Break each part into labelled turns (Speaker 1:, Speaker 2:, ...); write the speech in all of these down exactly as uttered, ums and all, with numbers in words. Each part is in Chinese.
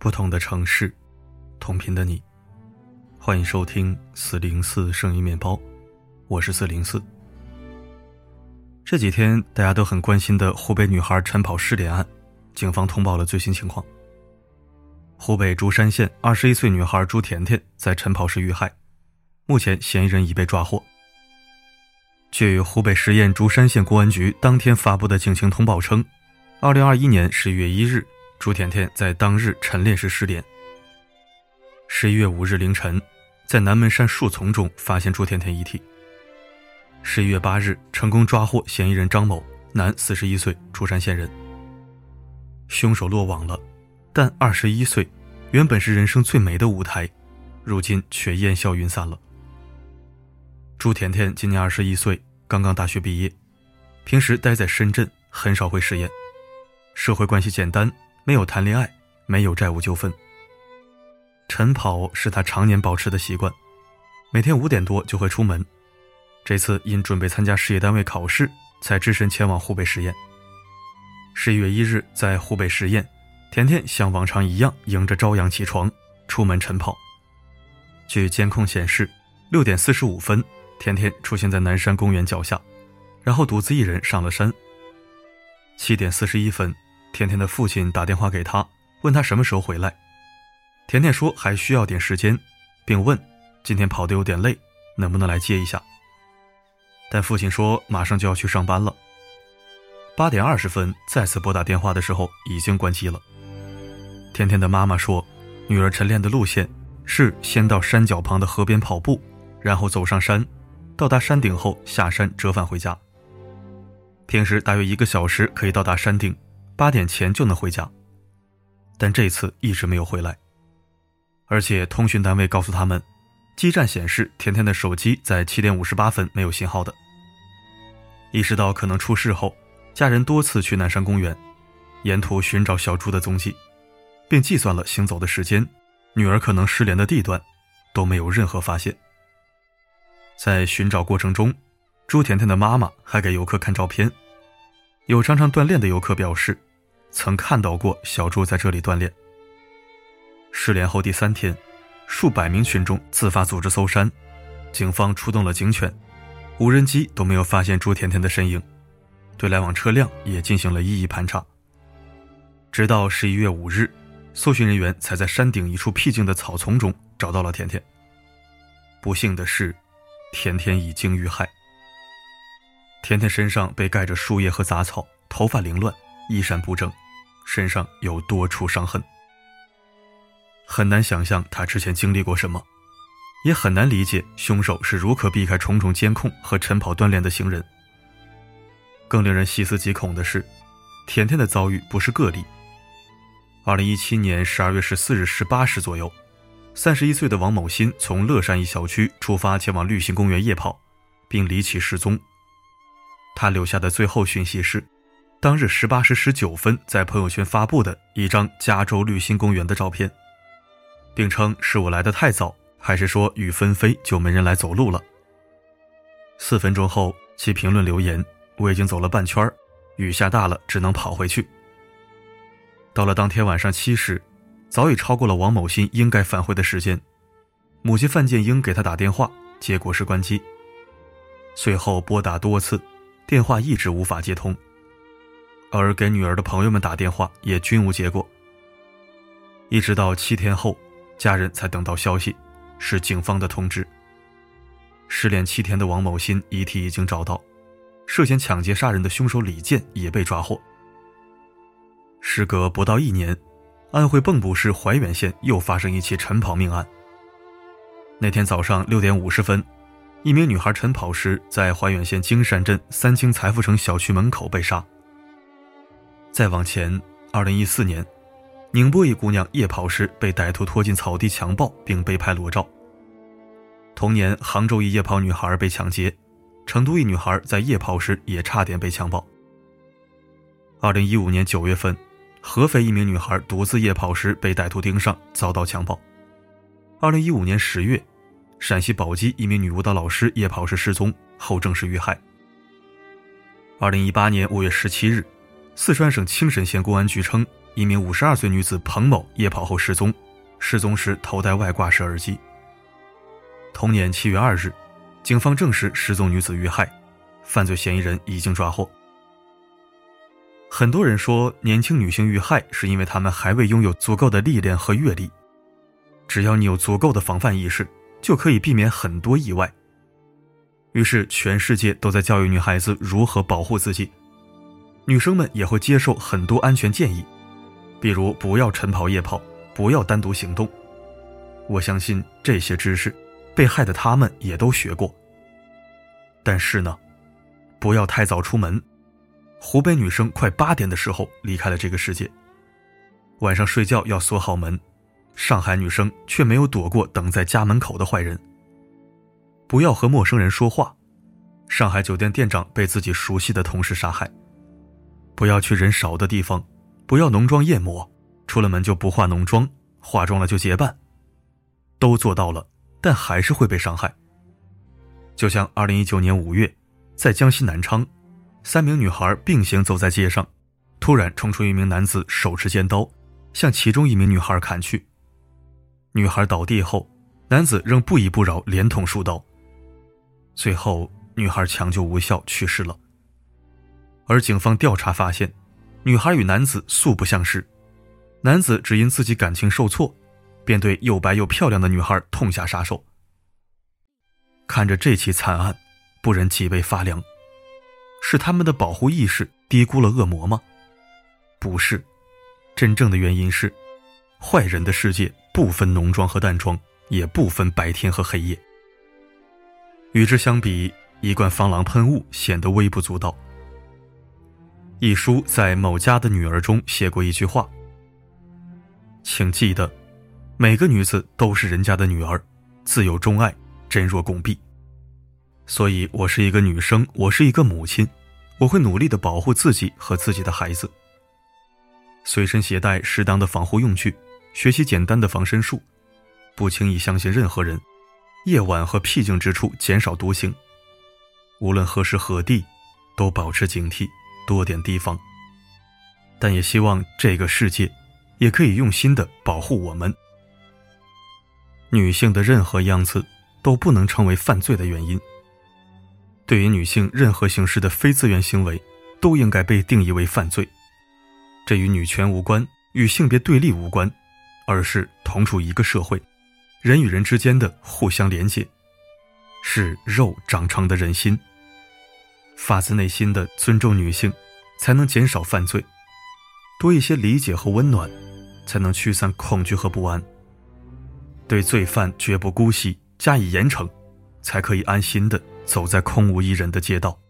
Speaker 1: 不同的城市，同频的你。欢迎收听四零四声音面包，我是四零四。这几天大家都很关心的湖北女孩晨跑失联案，警方通报了最新情况。湖北竹山县二十一岁女孩朱甜甜在晨跑时遇害，目前嫌疑人已被抓获。据湖北十堰竹山县公安局当天发布的警情通报称，二零二一年十一月一日，朱甜甜在当日晨练时失联。十一月五日凌晨，在南门山树丛中发现朱甜甜遗体。十一月八日，成功抓获嫌疑人张某，男，四十一岁，竹山县人。凶手落网了，但二十一岁，原本是人生最美的舞台，如今却烟消云散了。朱甜甜今年二十一岁，刚刚大学毕业，平时待在深圳，很少会实验，社会关系简单，没有谈恋爱，没有债务纠纷。晨跑是他常年保持的习惯，每天五点多就会出门。这次因准备参加事业单位考试，才只身前往湖北十堰。十一月一日，在湖北十堰，甜甜像往常一样迎着朝阳起床，出门晨跑。据监控显示，六点四十五分，甜甜出现在南山公园脚下，然后独自一人上了山。七点四十一分，甜甜的父亲打电话给他，问他什么时候回来。甜甜说还需要点时间，并问今天跑得有点累，能不能来接一下。但父亲说马上就要去上班了。八点二十分再次拨打电话的时候已经关机了。甜甜的妈妈说，女儿晨练的路线是先到山脚旁的河边跑步，然后走上山，到达山顶后下山折返回家。平时大约一个小时可以到达山顶，八点前就能回家。但这次一直没有回来，而且通讯单位告诉他们，基站显示甜甜的手机在七点五十八分没有信号的。意识到可能出事后，家人多次去南山公园，沿途寻找小朱的踪迹，并计算了行走的时间，女儿可能失联的地段，都没有任何发现。在寻找过程中，朱甜甜的妈妈还给游客看照片，有常常锻炼的游客表示，曾看到过小朱在这里锻炼。失联后第三天，数百名群众自发组织搜山，警方出动了警犬，无人机都没有发现朱甜甜的身影，对来往车辆也进行了一一盘查。直到十一月五日，搜寻人员才在山顶一处僻静的草丛中找到了甜甜。不幸的是，甜甜已经遇害。甜甜身上被盖着树叶和杂草，头发凌乱，衣衫不整，身上有多处伤痕。很难想象她之前经历过什么，也很难理解凶手是如何避开重重监控和晨跑锻炼的行人。更令人细思极恐的是，甜甜的遭遇不是个例。二零一七年十二月十四日十八时左右，三十一岁的王某新从乐山一小区出发前往绿心公园夜跑，并离奇失踪。他留下的最后讯息是当日十八时十九分在朋友圈发布的一张加州绿心公园的照片，并称是我来得太早，还是说雨纷飞就没人来走路了。四分钟后，其评论留言，我已经走了半圈，雨下大了，只能跑回去。到了当天晚上七时，早已超过了王某新应该返回的时间。母亲范建英给他打电话，结果是关机。随后拨打多次，电话一直无法接通，而给女儿的朋友们打电话也均无结果。一直到七天后，家人才等到消息，是警方的通知。失联七天的王某新遗体已经找到，涉嫌抢劫杀人的凶手李健也被抓获。时隔不到一年，安徽蚌埠市怀远县又发生一起晨跑命案。那天早上六点五十分，一名女孩晨跑时在怀远县金山镇三清财富城小区门口被杀。再往前，二零一四年，宁波一姑娘夜跑时被歹徒拖进草地强暴并被拍裸照。同年，杭州一夜跑女孩被抢劫，成都一女孩在夜跑时也差点被强暴。二零一五年九月份，合肥一名女孩独自夜跑时被歹徒盯上，遭到强暴。二零一五年十月，陕西宝鸡一名女舞蹈老师夜跑时失踪，后证实遇害。二零一八年五月十七日，四川省青神县公安局称， 一名五十二岁女子彭某夜跑后失踪，失踪时头戴外挂式耳机。同年七月二日，警方证实失踪女子遇害，犯罪嫌疑人已经抓获。很多人说年轻女性遇害是因为她们还未拥有足够的历练和阅历，只要你有足够的防范意识，就可以避免很多意外。于是全世界都在教育女孩子如何保护自己，女生们也会接受很多安全建议，比如不要晨跑夜跑，不要单独行动。我相信这些知识被害的她们也都学过。但是呢，不要太早出门。湖北女生快八点的时候离开了这个世界。晚上睡觉要锁好门，上海女生却没有躲过等在家门口的坏人。不要和陌生人说话，上海酒店店长被自己熟悉的同事杀害。不要去人少的地方，不要浓妆艳抹，出了门就不化浓妆，化妆了就结伴。都做到了，但还是会被伤害。就像二零一九年五月，在江西南昌，三名女孩并行走在街上，突然冲出一名男子，手持尖刀向其中一名女孩砍去。女孩倒地后，男子仍不依不饶，连捅数刀。最后女孩抢救无效去世了。而警方调查发现，女孩与男子素不相识，男子只因自己感情受挫，便对又白又漂亮的女孩痛下杀手。看着这起惨案，不忍脊背发凉。是他们的保护意识低估了恶魔吗？不是，真正的原因是，坏人的世界不分浓妆和淡妆，也不分白天和黑夜。与之相比，一罐防狼喷雾显得微不足道。一书在某家的女儿中写过一句话：请记得，每个女子都是人家的女儿，自有钟爱，真若共碧。所以我是一个女生，我是一个母亲，我会努力地保护自己和自己的孩子。随身携带适当的防护用具，学习简单的防身术，不轻易相信任何人，夜晚和僻静之处减少独行。无论何时何地，都保持警惕，多点提防。但也希望这个世界也可以用心地保护我们。女性的任何样子都不能成为犯罪的原因。对于女性任何形式的非自愿行为，都应该被定义为犯罪。这与女权无关，与性别对立无关，而是同处一个社会，人与人之间的互相连结，是肉长成的人心。发自内心的尊重女性，才能减少犯罪；多一些理解和温暖，才能驱散恐惧和不安。对罪犯绝不姑息，加以严惩，才可以安心地走在空无一人的街道。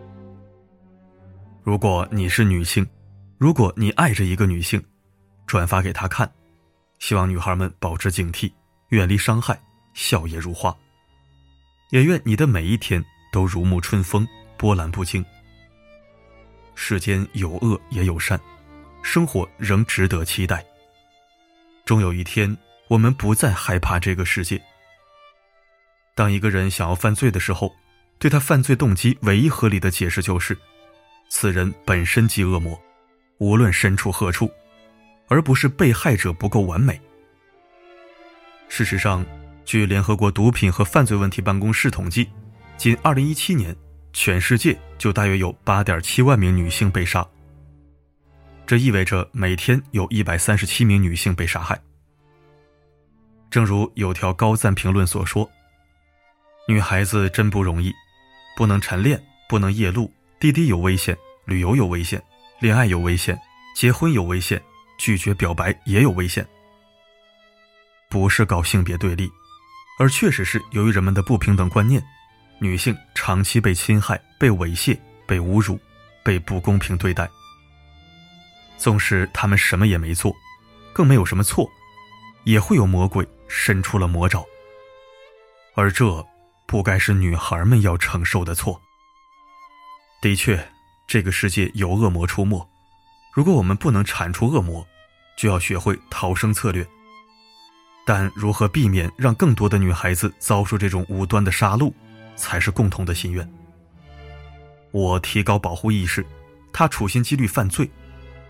Speaker 1: 如果你是女性，如果你爱着一个女性，转发给她看，希望女孩们保持警惕，远离伤害，笑靥如花。也愿你的每一天都如沐春风，波澜不惊。世间有恶也有善，生活仍值得期待。终有一天，我们不再害怕这个世界。当一个人想要犯罪的时候，对他犯罪动机唯一合理的解释就是，此人本身即恶魔，无论身处何处，而不是被害者不够完美。事实上，据联合国毒品和犯罪问题办公室统计，仅二零一七年，全世界就大约有 八点七万名女性被杀。这意味着每天有一百三十七名女性被杀害。正如有条高赞评论所说，女孩子真不容易，不能晨练，不能夜路，滴滴有危险，旅游有危险，恋爱有危险，结婚有危险，拒绝表白也有危险。不是搞性别对立，而确实是由于人们的不平等观念，女性长期被侵害，被猥亵，被侮辱，被不公平对待。纵使她们什么也没做，更没有什么错，也会有魔鬼伸出了魔爪。而这不该是女孩们要承受的错。的确，这个世界有恶魔出没，如果我们不能铲除恶魔，就要学会逃生策略。但如何避免让更多的女孩子遭受这种无端的杀戮，才是共同的心愿。我提高保护意识，她处心积虑犯罪，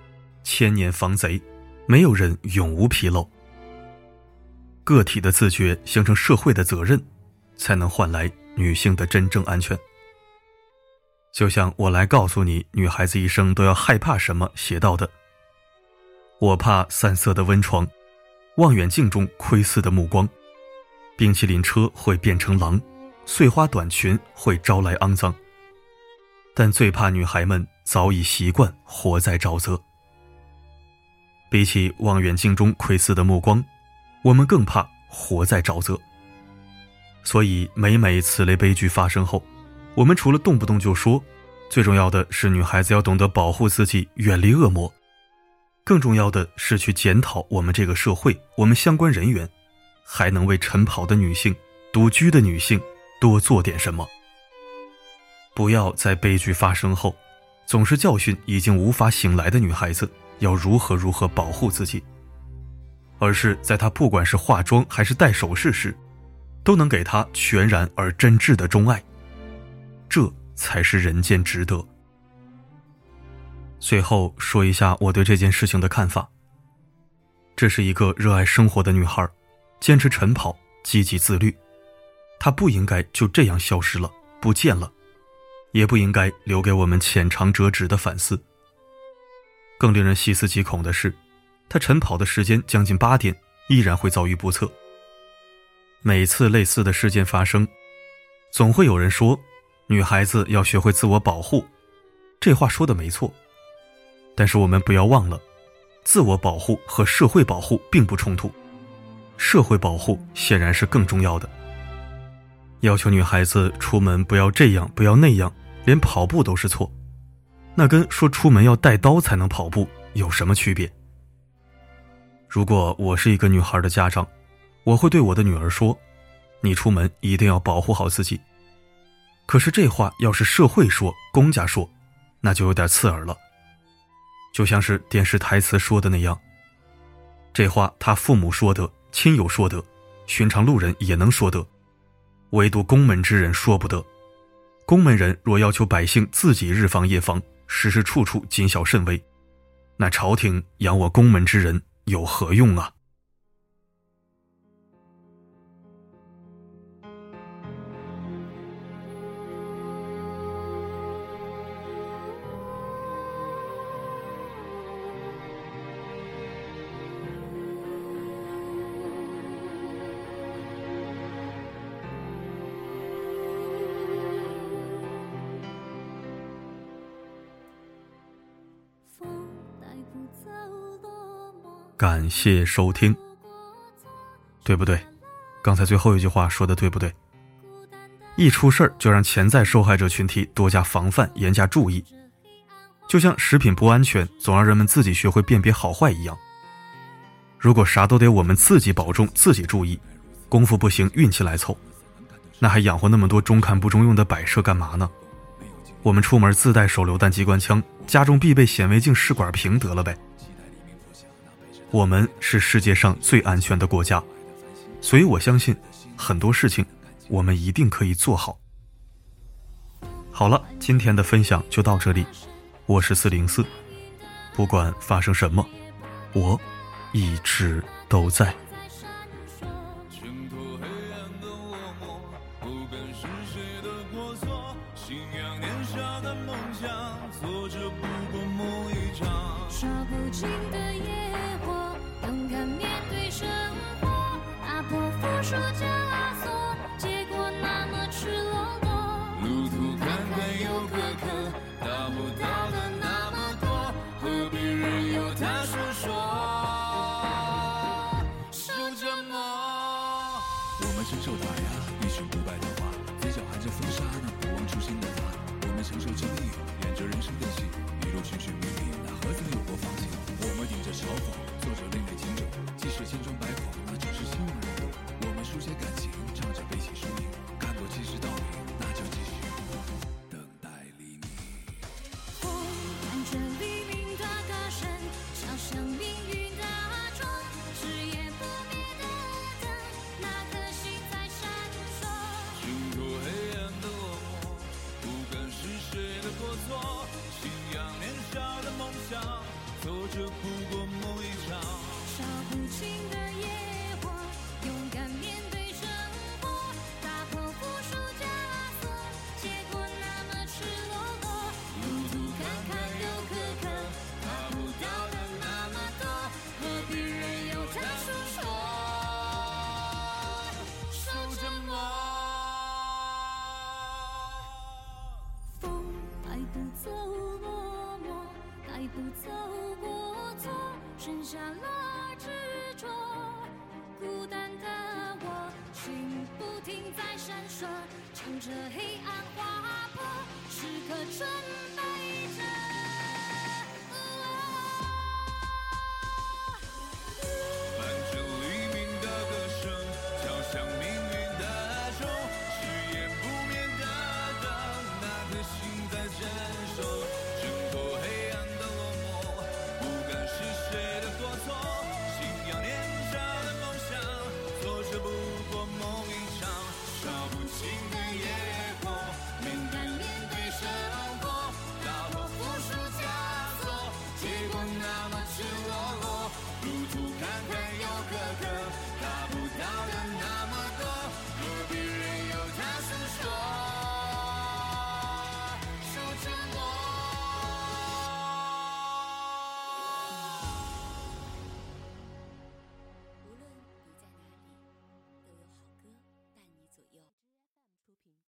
Speaker 1: 千年防贼，没有人永无纰漏。个体的自觉形成社会的责任，才能换来女性的真正安全。就像我来告诉你女孩子一生都要害怕什么写到的，我怕散色的温床，望远镜中窥视的目光，冰淇淋车会变成狼，碎花短裙会招来肮脏，但最怕女孩们早已习惯活在沼泽。比起望远镜中窥视的目光，我们更怕活在沼泽。所以每每此类悲剧发生后，我们除了动不动就说最重要的是女孩子要懂得保护自己，远离恶魔，更重要的是去检讨我们这个社会，我们相关人员还能为晨跑的女性，独居的女性多做点什么。不要在悲剧发生后总是教训已经无法醒来的女孩子要如何如何保护自己，而是在她不管是化妆还是戴首饰时，都能给她全然而真挚的钟爱，这才是人间值得。最后说一下我对这件事情的看法。这是一个热爱生活的女孩，坚持晨跑，积极自律，她不应该就这样消失了，不见了，也不应该留给我们浅尝辄止的反思。更令人细思极恐的是，她晨跑的时间将近八点，依然会遭遇不测。每次类似的事件发生，总会有人说女孩子要学会自我保护，这话说的没错，但是我们不要忘了，自我保护和社会保护并不冲突，社会保护显然是更重要的。要求女孩子出门不要这样不要那样，连跑步都是错，那跟说出门要带刀才能跑步有什么区别？如果我是一个女孩的家长，我会对我的女儿说，你出门一定要保护好自己。可是这话要是社会说，公家说，那就有点刺耳了。就像是电视台词说的那样，这话他父母说得，亲友说得，寻常路人也能说得，唯独公门之人说不得。公门人若要求百姓自己日防夜防，时时处处谨小慎微，那朝廷养我公门之人有何用啊？感谢收听。对不对？刚才最后一句话说的对不对？一出事儿就让潜在受害者群体多加防范，严加注意，就像食品不安全总让人们自己学会辨别好坏一样。如果啥都得我们自己保重，自己注意，功夫不行运气来凑，那还养活那么多中看不中用的摆设干嘛呢？我们出门自带手榴弹机关枪，家中必备显微镜试管屏得了呗。我们是世界上最安全的国家，所以我相信很多事情我们一定可以做好。好了，今天的分享就到这里，我是四零四，不管发生什么，我一直都在。
Speaker 2: 说不尽的野火，勇敢面对生活，打破缚束枷锁，结果那么赤裸裸。路途坎坷又坎坷，达不到的那么多，何必任由他诉说？受折磨，
Speaker 3: 我们承受打压，一群不败的花，嘴角含着风沙，那不忘初心的他。我们承受争议，演着人生的戏，一路寻寻觅觅，那何曾有过放弃？我们顶着嘲讽，做着另类情种，即使千疮百孔，那只是心人懂。我们书写感情，唱着悲喜输赢，看过七十道理，那就继续等待黎明。
Speaker 2: 我看着黎明的歌声，敲响命运的钟，日夜不灭的灯，那颗心在闪烁。
Speaker 3: 挣脱黑暗的恶魔，不管是谁的过错，信仰年少的梦想，走这不过梦一场。
Speaker 2: 烧不尽的野火，勇敢面对生活，打破负数枷锁，结果那么赤裸裸。路途坎坎又坎坷，爬不到的那么多，何必任由它诉说？受折磨。风带不走落寞，带不走过错，剩下了执着。孤单的我，心不停在闪烁，将这黑暗划破，时刻准备。